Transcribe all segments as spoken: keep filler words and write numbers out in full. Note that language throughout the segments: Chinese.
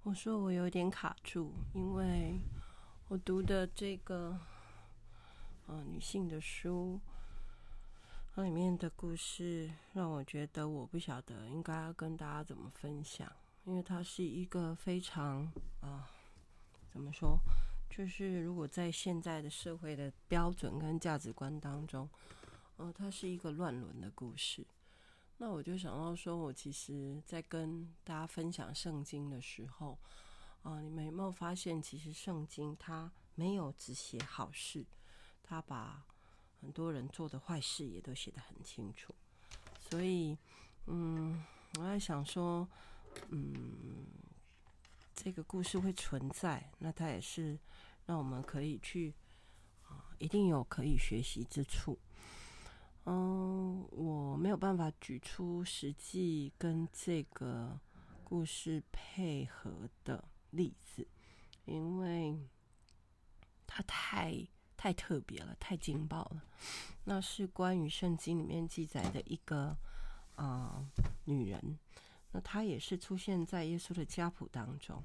我说我有点卡住，因为我读的这个呃女性的书，它里面的故事让我觉得我不晓得应该要跟大家怎么分享，因为它是一个非常啊、呃、怎么说，就是如果在现在的社会的标准跟价值观当中，呃，它是一个乱伦的故事。那我就想到说，我其实在跟大家分享圣经的时候，啊、呃，你们有没有发现，其实圣经它没有只写好事，它把很多人做的坏事也都写得很清楚。所以，嗯，我在想说，嗯，这个故事会存在，那它也是让我们可以去啊、呃，一定有可以学习之处。嗯，我没有办法举出实际跟这个故事配合的例子，因为它太太特别了，太劲爆了。那是关于圣经里面记载的一个啊、呃、女人，那她也是出现在耶稣的家谱当中。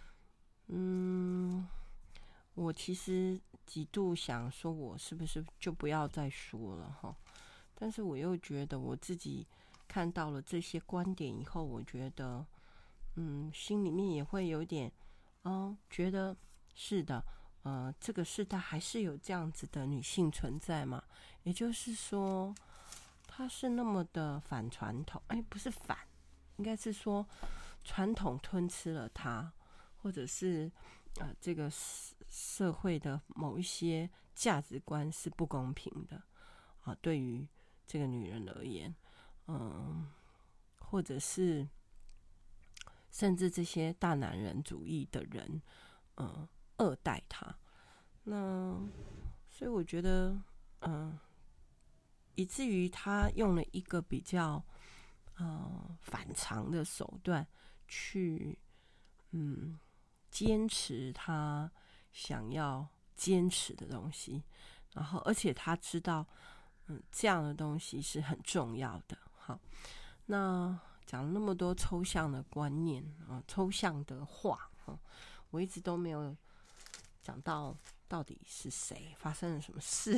嗯，我其实几度想说，我是不是就不要再说了哈？但是我又觉得我自己看到了这些观点以后，我觉得，嗯，心里面也会有点，哦，觉得是的，呃，这个世代还是有这样子的女性存在嘛？也就是说，她是那么的反传统，哎，不是反，应该是说传统吞吃了她，或者是呃，这个社会的某一些价值观是不公平的啊，对于这个女人而言，嗯，或者是甚至这些大男人主义的人，嗯，恶待她。那所以我觉得，嗯，以至于他用了一个比较呃反常的手段去，嗯，坚持他想要坚持的东西，然后而且他知道。嗯，这样的东西是很重要的。好，那讲了那么多抽象的观念啊、呃，抽象的话啊、呃，我一直都没有讲到到底是谁发生了什么事。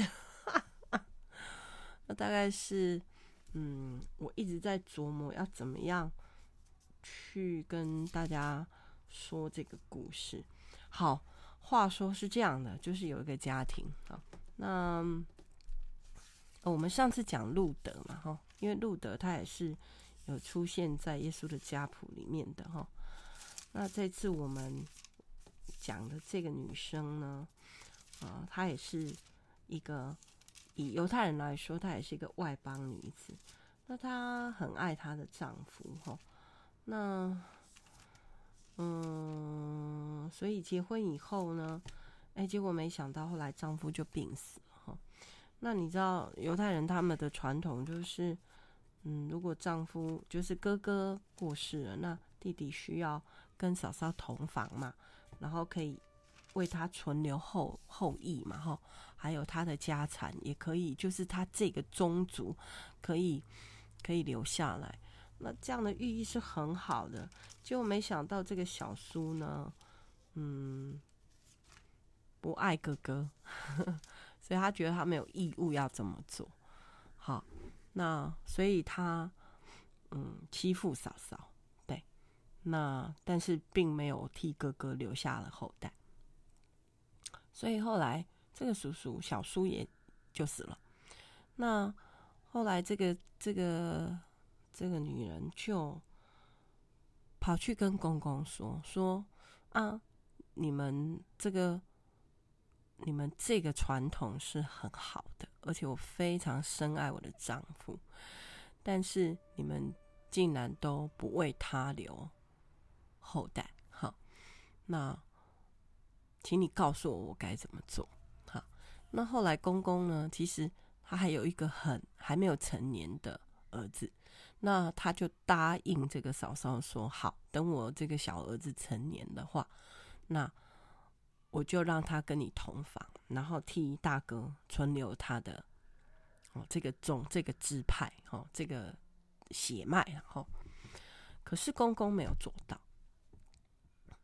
那大概是，嗯，我一直在琢磨要怎么样去跟大家说这个故事。好，话说是这样的，就是有一个家庭啊，那。哦、我们上次讲路德嘛，哈，因为路德他也是有出现在耶稣的家谱里面的哈。那这次我们讲的这个女生呢，啊、呃，她也是一个以犹太人来说，她也是一个外邦女子。那她很爱她的丈夫哈。那嗯，所以结婚以后呢，哎，结果没想到后来丈夫就病死了哈。那你知道犹太人他们的传统就是，嗯，如果丈夫就是哥哥过世了，那弟弟需要跟嫂嫂同房嘛，然后可以为他存留后后裔嘛，哈，还有他的家产也可以，就是他这个宗族可以可以留下来。那这样的寓意是很好的，结果没想到这个小叔呢，嗯，不爱哥哥。所以他觉得他没有义务要这么做。好，那所以他嗯欺负嫂嫂，对，那但是并没有替哥哥留下了后代。所以后来这个叔叔小叔也就死了。那后来这个这个这个女人就跑去跟公公说说啊，你们这个。你们这个传统是很好的，而且我非常深爱我的丈夫，但是你们竟然都不为他留后代，好，那请你告诉我我该怎么做。好，那后来公公呢，其实他还有一个很还没有成年的儿子，那他就答应这个嫂嫂说，好，等我这个小儿子成年的话，那我就让他跟你同房，然后替大哥存留他的哦这个种这个支派哦这个血脉哦。可是公公没有做到，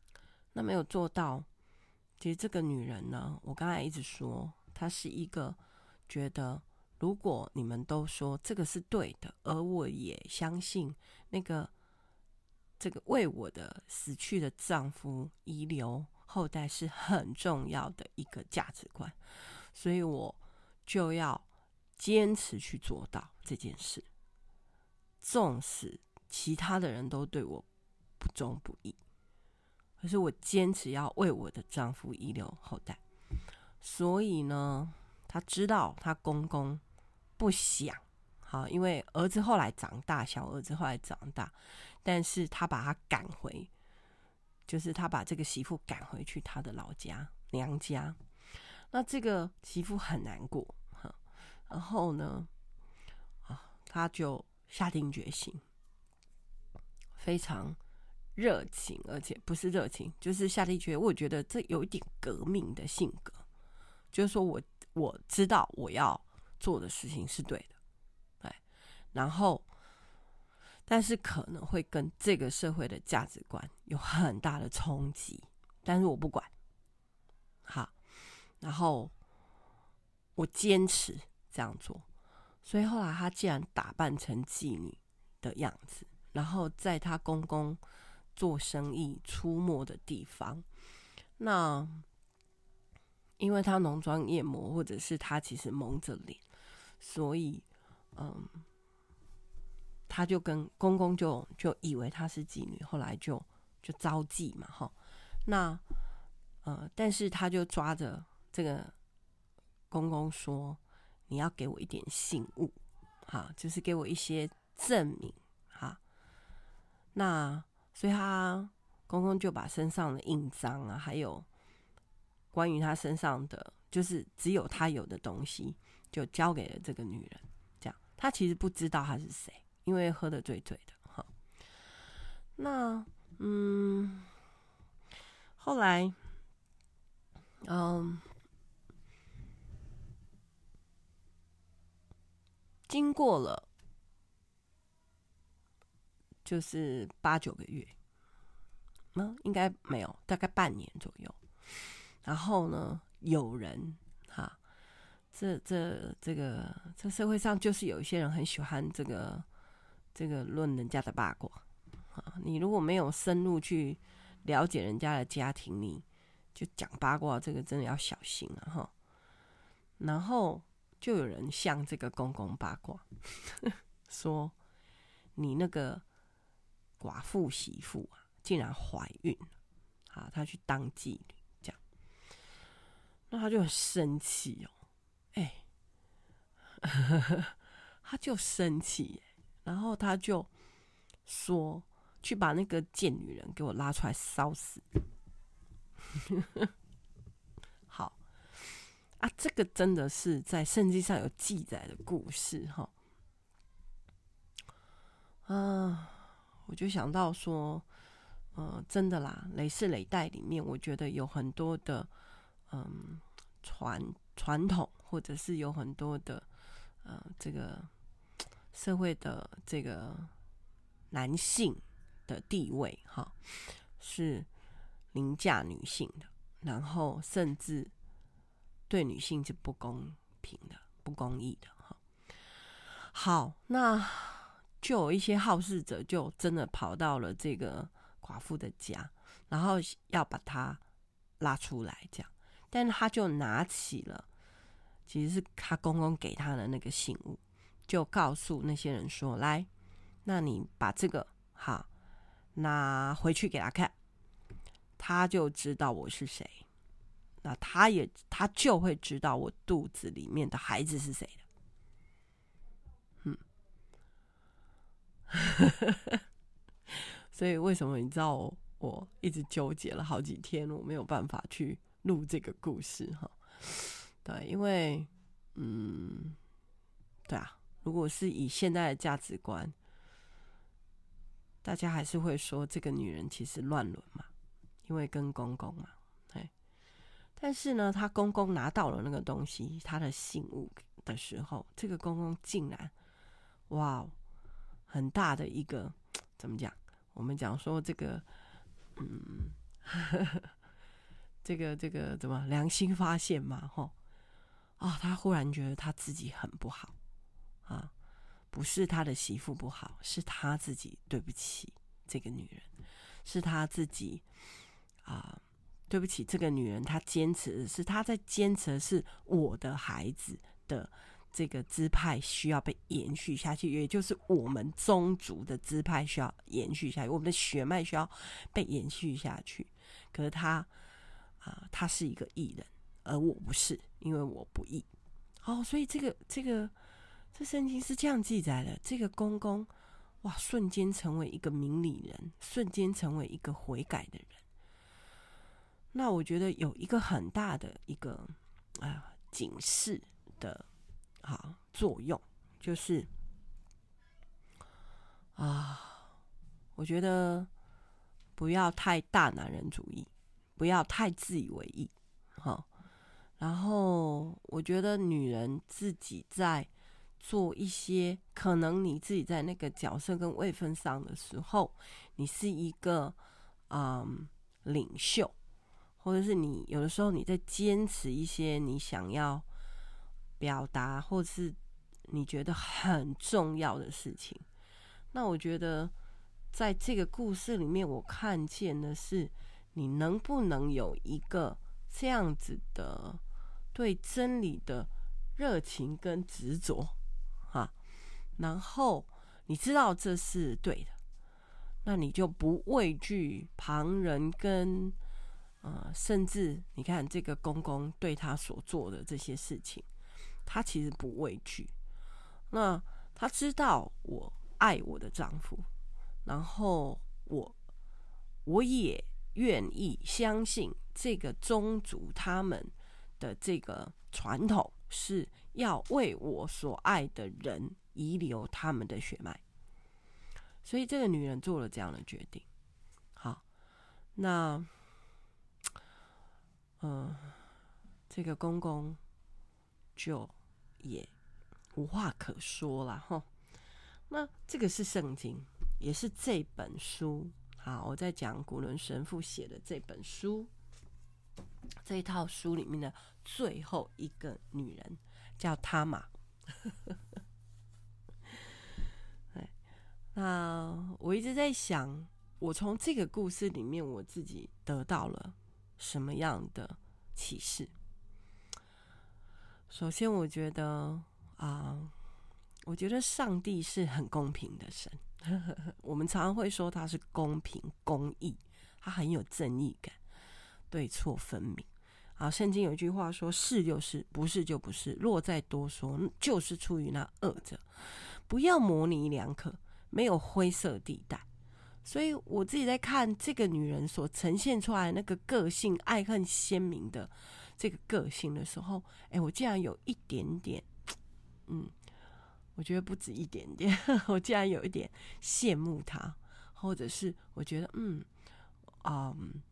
那没有做到。其实这个女人呢，我刚才一直说，她是一个觉得，如果你们都说这个是对的，而我也相信那个这个为我的死去的丈夫遗留后代是很重要的一个价值观，所以我就要坚持去做到这件事，纵使其他的人都对我不忠不义，可是我坚持要为我的丈夫遗留后代。所以呢，她知道她公公不想，好，因为儿子后来长大，小儿子后来长大，但是他把他赶回，就是他把这个媳妇赶回去他的老家娘家。那这个媳妇很难过，然后呢，啊，他就下定决心，非常热情，而且不是热情，就是下定决心。我觉得这有一点革命的性格，就是说我我知道我要做的事情是对的，对，然后但是可能会跟这个社会的价值观有很大的冲击，但是我不管，好，然后我坚持这样做。所以后来她竟然打扮成妓女的样子，然后在她公公做生意出没的地方，那因为她浓妆艳抹，或者是她其实蒙着脸，所以嗯，她就跟公公就就以为她是妓女，后来就就招妓嘛，哈。那呃，但是她就抓着这个公公说，你要给我一点信物，好，就是给我一些证明，好。那所以他公公就把身上的印章啊，还有关于他身上的，就是只有他有的东西，就交给了这个女人。这样，他其实不知道他是谁，因为喝得醉醉的。好，那嗯，后来，嗯。经过了就是八九个月，嗯，应该没有，大概半年左右。然后呢，有人哈，这这这个这社会上就是有一些人很喜欢这个这个论人家的八卦啊。你如果没有深入去了解人家的家庭，你就讲八卦，这个真的要小心啊哈。然后就有人向这个公公八卦，说你那个寡妇媳妇啊，竟然怀孕了，啊，她去当妓女，这样，那他就很生气哦，哎、欸，他就生气，然后他就说，去把那个贱女人给我拉出来烧死。好。啊，这个真的是在圣经上有记载的故事哈。啊，我就想到说，呃，真的啦，雷氏累代里面，我觉得有很多的嗯传传统，或者是有很多的呃这个社会的这个男性的地位哈，是凌驾女性的，然后甚至对女性是不公平的、不公义的。好，那就有一些好事者就真的跑到了这个寡妇的家，然后要把她拉出来，这样。但是他就拿起了，其实是他公公给他的那个信物，就告诉那些人说：“来，那你把这个好拿回去给他看，他就知道我是谁。”那他也他就会知道我肚子里面的孩子是谁的，嗯，所以为什么你知道我我一直纠结了好几天，我没有办法去录这个故事哈？对，因为嗯，对啊，如果是以现在的价值观，大家还是会说这个女人其实乱伦嘛，因为跟公公嘛。但是呢，他公公拿到了那个东西，他的信物的时候，这个公公竟然，哇，很大的一个怎么讲？我们讲说这个，嗯， 这个这个怎么良心发现嘛，吼啊，他忽然觉得他自己很不好啊，不是他的媳妇不好，是他自己对不起这个女人，是他自己啊，对不起这个女人，她坚持是她在坚持的是我的孩子的这个支派需要被延续下去，也就是我们宗族的支派需要延续下去，我们的血脉需要被延续下去。可是他啊，他是一个义人，而我不是，因为我不义。哦，所以这个这个这圣经是这样记载的：这个公公哇，瞬间成为一个明理人，瞬间成为一个悔改的人。那我觉得有一个很大的一个啊、呃、警示的啊作用，就是啊，我觉得不要太大男人主义，不要太自以为意，好。然后我觉得女人自己在做一些可能你自己在那个角色跟位分上的时候，你是一个嗯领袖。或者是你有的时候你在坚持一些你想要表达，或者是你觉得很重要的事情，那我觉得在这个故事里面，我看见的是你能不能有一个这样子的对真理的热情跟执着啊，然后你知道这是对的，那你就不畏惧旁人跟呃，甚至你看这个公公对他所做的这些事情，他其实不畏惧。那他知道我爱我的丈夫，然后我我也愿意相信这个宗族他们的这个传统是要为我所爱的人遗留他们的血脉，所以这个女人做了这样的决定。好，那。嗯，这个公公就也无话可说了哈。那这个是圣经，也是这本书。好，我在讲古伦神父写的这本书，这一套书里面的最后一个女人叫他玛。那我一直在想，我从这个故事里面，我自己得到了什么样的启示？首先，我觉得啊、呃，我觉得上帝是很公平的神。我们常常会说他是公平、公义，他很有正义感，对错分明。啊，圣经有一句话说：“是就是，不是就不是。若再多说，就是出于那恶者。不要模棱两可，没有灰色地带。”所以我自己在看这个女人所呈现出来的那个个性，爱恨鲜明的这个个性的时候，哎，我竟然有一点点，嗯，我觉得不止一点点，我竟然有一点羡慕她，或者是我觉得，嗯，嗯，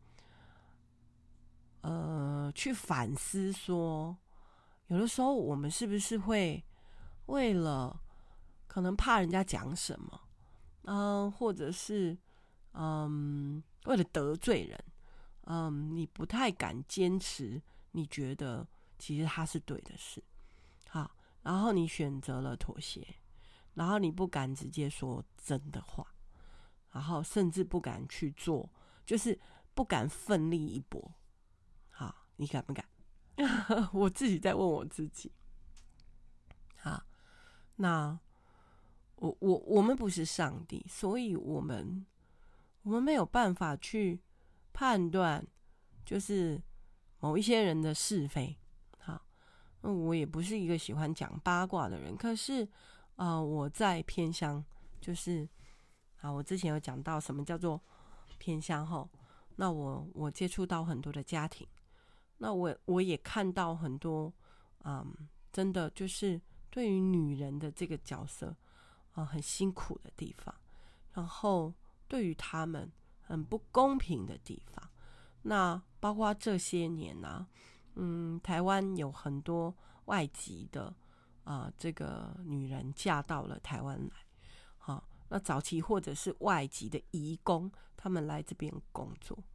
呃，去反思说，有的时候我们是不是会为了可能怕人家讲什么？嗯、呃，或者是嗯，为了得罪人，嗯，你不太敢坚持，你觉得其实他是对的事，好，然后你选择了妥协，然后你不敢直接说真的话，然后甚至不敢去做，就是不敢奋力一搏，好，你敢不敢？我自己在问我自己，好，那。我我我们不是上帝，所以我们我们没有办法去判断，就是某一些人的是非。好，那我也不是一个喜欢讲八卦的人，可是啊、呃，我在偏乡，就是啊，我之前有讲到什么叫做偏乡后，那我我接触到很多的家庭，那我我也看到很多，嗯，真的就是对于女人的这个角色。啊、呃，很辛苦的地方，然后对于他们很不公平的地方，那包括这些年啊，嗯，台湾有很多外籍的啊、呃，这个女人嫁到了台湾来，好、啊，那早期或者是外籍的移工，他们来这边工作，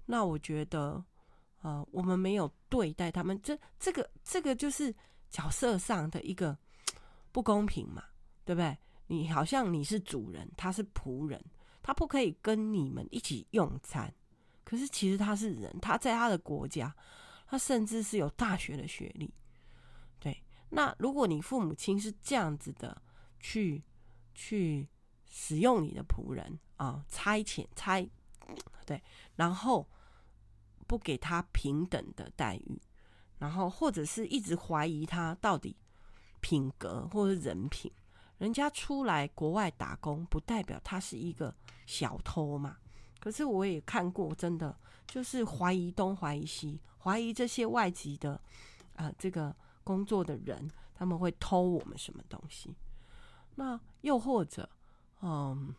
那我觉得，呃，我们没有对待他们，这这个这个就是角色上的一个不公平嘛，对不对？你好像你是主人，他是仆人，他不可以跟你们一起用餐。可是其实他是人，他在他的国家，他甚至是有大学的学历。对，那如果你父母亲是这样子的去去使用你的仆人啊，差遣差对，然后不给他平等的待遇，然后或者是一直怀疑他到底品格或者人品。人家出来国外打工，不代表他是一个小偷嘛。可是我也看过，真的就是怀疑东怀疑西，怀疑这些外籍的啊、呃、这个工作的人，他们会偷我们什么东西。那又或者，嗯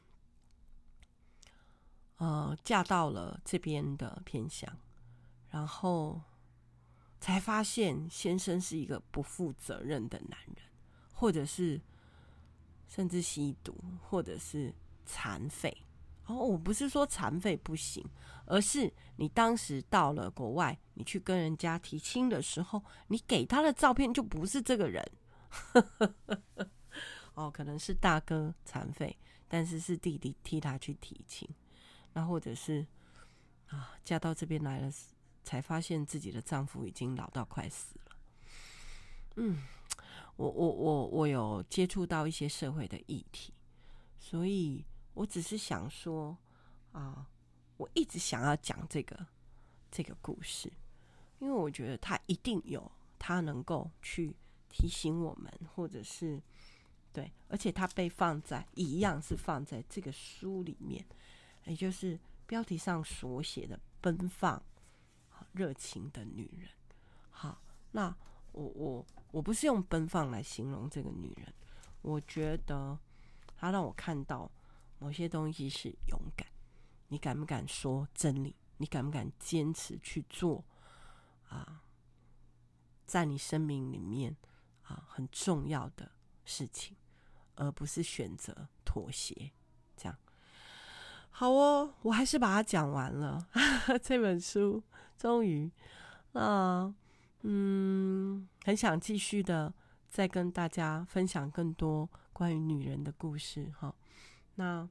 呃，嫁到了这边的偏乡，然后才发现先生是一个不负责任的男人，或者是甚至吸毒，或者是残废。哦，我不是说残废不行，而是你当时到了国外，你去跟人家提亲的时候，你给他的照片就不是这个人。哦，可能是大哥残废，但是是弟弟替他去提亲。那或者是啊，嫁到这边来了，才发现自己的丈夫已经老到快死了。嗯，我我我我有接触到一些社会的议题，所以我只是想说啊，我一直想要讲这个这个故事，因为我觉得它一定有它能够去提醒我们，或者是对，而且它被放在一样是放在这个书里面。也就是标题上所写的奔放、热情的女人。好，那我我我不是用奔放来形容这个女人，我觉得她让我看到某些东西是勇敢。你敢不敢说真理？你敢不敢坚持去做啊，在你生命里面啊很重要的事情，而不是选择妥协？这样。好哦，我还是把它讲完了。这本书终于，那嗯，很想继续的再跟大家分享更多关于女人的故事哈。那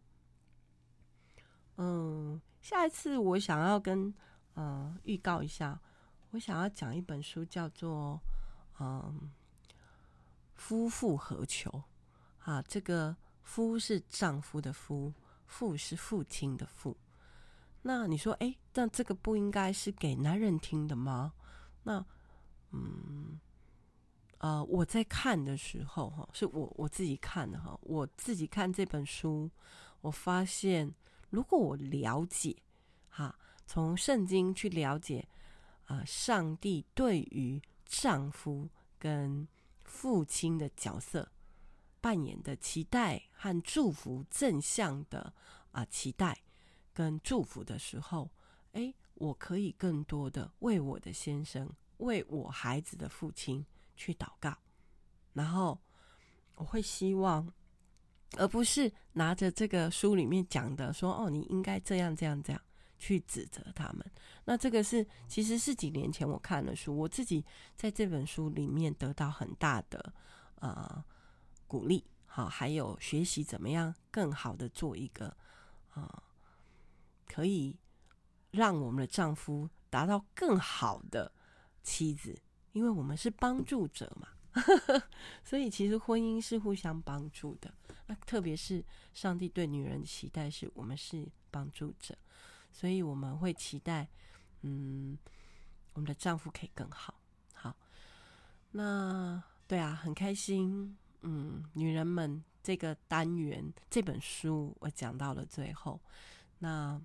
嗯，下一次我想要跟呃预告一下，我想要讲一本书，叫做嗯夫复何求啊。这个夫是丈夫的夫。父是父亲的父，那你说，哎，那这个不应该是给男人听的吗？那，嗯，呃，我在看的时候，哈，是我我自己看的哈，我自己看这本书，我发现，如果我了解，哈，从圣经去了解，啊、呃，上帝对于丈夫跟父亲的角色扮演的期待和祝福，正向的啊、呃、期待跟祝福的时候，哎，我可以更多的为我的先生，为我孩子的父亲去祷告，然后我会希望，而不是拿着这个书里面讲的说，哦，你应该这样这样这样去指责他们。那这个是其实是几年前我看的书，我自己在这本书里面得到很大的呃。鼓励，好，还有学习怎么样更好的做一个啊、呃，可以让我们的丈夫达到更好的妻子，因为我们是帮助者嘛，所以其实婚姻是互相帮助的。那特别是上帝对女人的期待是我们是帮助者，所以我们会期待，嗯，我们的丈夫可以更好。好，那对啊，很开心。嗯，女人们这个单元这本书我讲到了最后，那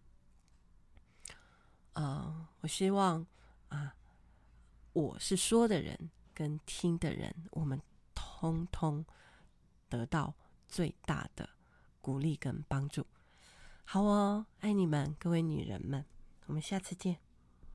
呃，我希望啊，我是说的人跟听的人，我们通通得到最大的鼓励跟帮助。好哦，爱你们，各位女人们，我们下次见。